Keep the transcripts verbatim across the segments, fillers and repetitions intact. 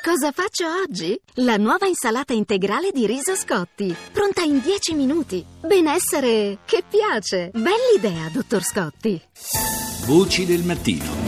Cosa faccio oggi? La nuova insalata integrale di riso Scotti, pronta in dieci minuti. Benessere che piace. Bell'idea, dottor Scotti. Voci del mattino.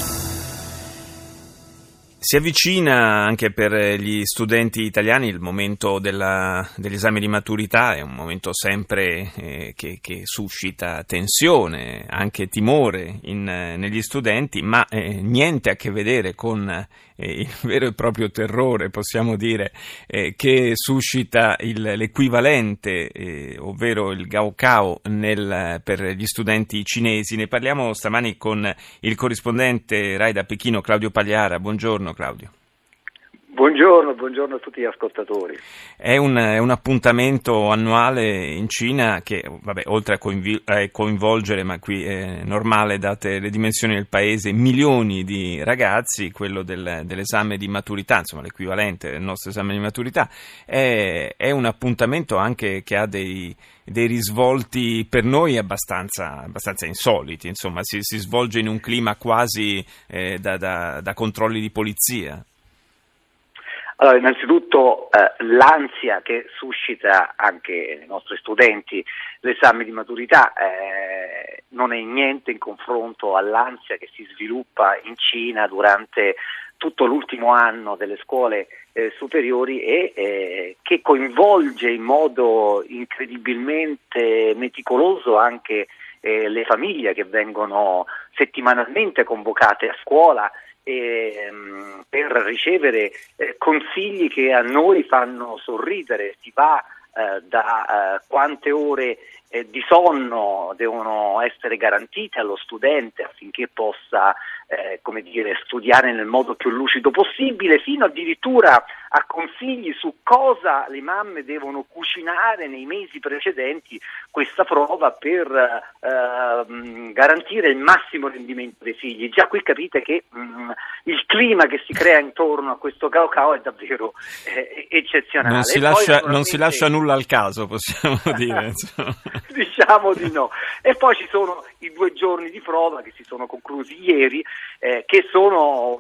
Si avvicina anche per gli studenti italiani il momento della, degli esami di maturità, è un momento sempre eh, che, che suscita tensione, anche timore in, negli studenti, ma eh, niente a che vedere con eh, il vero e proprio terrore, possiamo dire, eh, che suscita il, l'equivalente, eh, ovvero il Gaokao nel, per gli studenti cinesi. Ne parliamo stamani con il corrispondente Rai da Pechino, Claudio Pagliara. Buongiorno Claudio. Buongiorno, buongiorno a tutti gli ascoltatori. È un, è un appuntamento annuale in Cina che, vabbè, oltre a coinvi- a coinvolgere, ma qui è normale date le dimensioni del paese, milioni di ragazzi, quello del, dell'esame di maturità, insomma l'equivalente del nostro esame di maturità, è, è un appuntamento anche che ha dei, dei risvolti per noi abbastanza, abbastanza insoliti, insomma si, si svolge in un clima quasi eh, da, da, da controlli di polizia. Allora, innanzitutto eh, l'ansia che suscita anche nei nostri studenti l'esame di maturità eh, non è niente in confronto all'ansia che si sviluppa in Cina durante tutto l'ultimo anno delle scuole eh, superiori e eh, che coinvolge in modo incredibilmente meticoloso anche eh, le famiglie che vengono settimanalmente convocate a scuola E, um, per ricevere eh, consigli che a noi fanno sorridere. Si va eh, da eh, quante ore eh, di sonno devono essere garantite allo studente affinché possa eh, come dire, studiare nel modo più lucido possibile, fino addirittura a consigli su cosa le mamme devono cucinare nei mesi precedenti questa prova per eh, garantire il massimo rendimento dei figli. Già qui capite che mh, il clima che si crea intorno a questo Gaokao è davvero eh, eccezionale. Non si, e lascia, poi, non si lascia nulla al caso, possiamo dire. Diciamo di no. E poi ci sono i due giorni di prova che si sono conclusi ieri, eh, che sono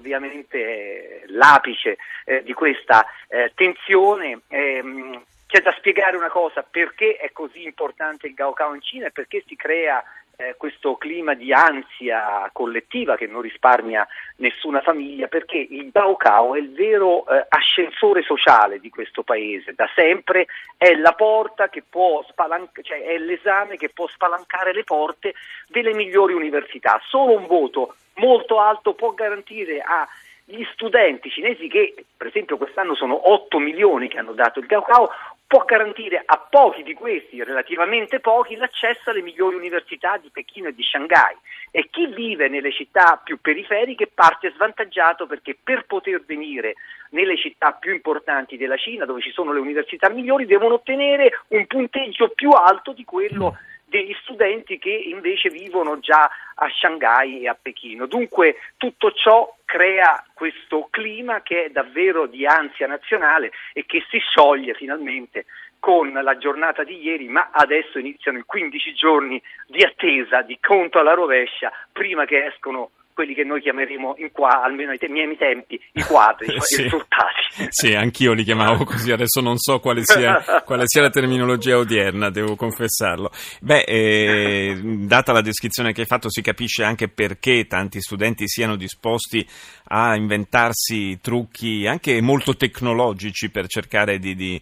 ovviamente l'apice eh, di questa eh, tensione. Ehm, c'è da spiegare una cosa: perché è così importante il Gaokao in Cina e perché si crea eh, questo clima di ansia collettiva che non risparmia nessuna famiglia, perché il Gaokao è il vero eh, ascensore sociale di questo paese. Da sempre è la porta che può spalanc- cioè è l'esame che può spalancare le porte delle migliori università. Solo un voto molto alto può garantire a gli studenti cinesi, che per esempio quest'anno sono otto milioni che hanno dato il Gaokao, può garantire a pochi di questi, relativamente pochi, l'accesso alle migliori università di Pechino e di Shanghai. E chi vive nelle città più periferiche parte svantaggiato, perché per poter venire nelle città più importanti della Cina, dove ci sono le università migliori, devono ottenere un punteggio più alto di quello degli studenti che invece vivono già a Shanghai e a Pechino. Dunque tutto ciò crea questo clima che è davvero di ansia nazionale e che si scioglie finalmente con la giornata di ieri, ma adesso iniziano i quindici giorni di attesa, di conto alla rovescia, prima che escono quelli che noi chiameremo, in qua, almeno ai te- miei tempi, i quadri, cioè sì. i risultati. Sì, anch'io li chiamavo così, adesso non so quale sia, quale sia la terminologia odierna, devo confessarlo. Beh, eh, data la descrizione che hai fatto, si capisce anche perché tanti studenti siano disposti a inventarsi trucchi anche molto tecnologici per cercare di, di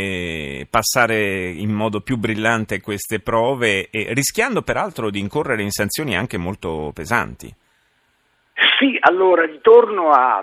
eh, passare in modo più brillante queste prove, e rischiando peraltro di incorrere in sanzioni anche molto pesanti. Sì, allora ritorno a,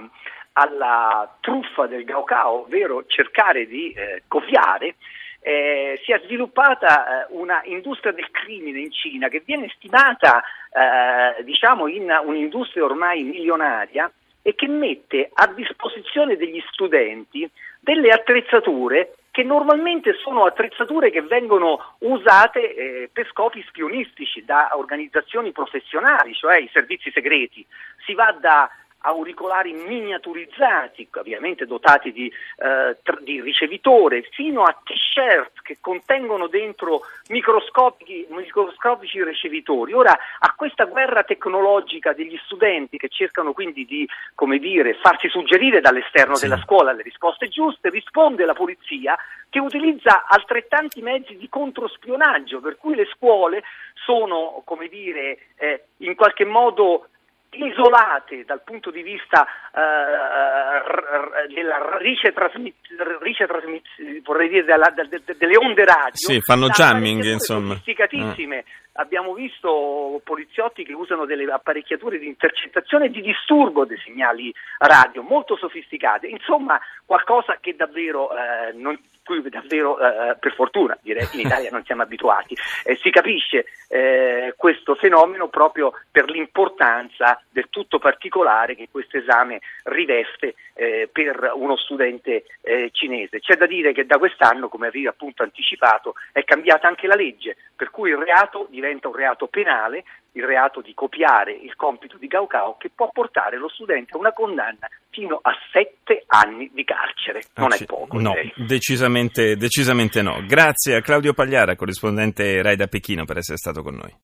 alla truffa del Gaokao, ovvero cercare di eh, copiare. Eh, si è sviluppata eh, una industria del crimine in Cina che viene stimata eh, diciamo in un'industria ormai milionaria e che mette a disposizione degli studenti delle attrezzature che normalmente sono attrezzature che vengono usate eh, per scopi spionistici da organizzazioni professionali, cioè i servizi segreti. Si va da auricolari miniaturizzati, ovviamente dotati di, eh, tr- di ricevitore, fino a t-shirt che contengono dentro microscopici, microscopici ricevitori. Ora, a questa guerra tecnologica degli studenti che cercano quindi di, come dire, farsi suggerire dall'esterno sì. della scuola le risposte giuste, risponde la polizia, che utilizza altrettanti mezzi di controspionaggio, per cui le scuole sono, come dire, eh, in qualche modo isolate dal punto di vista uh, della rice trasmissione, vorrei dire della, de, de, delle onde radio. Sì, fanno jamming, insomma. Sofisticatissime. Eh. Abbiamo visto poliziotti che usano delle apparecchiature di intercettazione e di disturbo dei segnali radio, molto sofisticate. Insomma, qualcosa che davvero eh, non cui davvero eh, per fortuna direi in Italia non siamo abituati. Eh, si capisce eh, questo fenomeno proprio per l'importanza del tutto particolare che questo esame riveste eh, per uno studente eh, cinese. C'è da dire che da quest'anno, come avevi appunto anticipato, è cambiata anche la legge, per cui il reato diventa un reato penale, il reato di copiare il compito di Gaokao, che può portare lo studente a una condanna fino a sette anni di carcere. Non ah, è poco. No, direi. decisamente, decisamente no. Grazie a Claudio Pagliara, corrispondente Rai da Pechino, per essere stato con noi.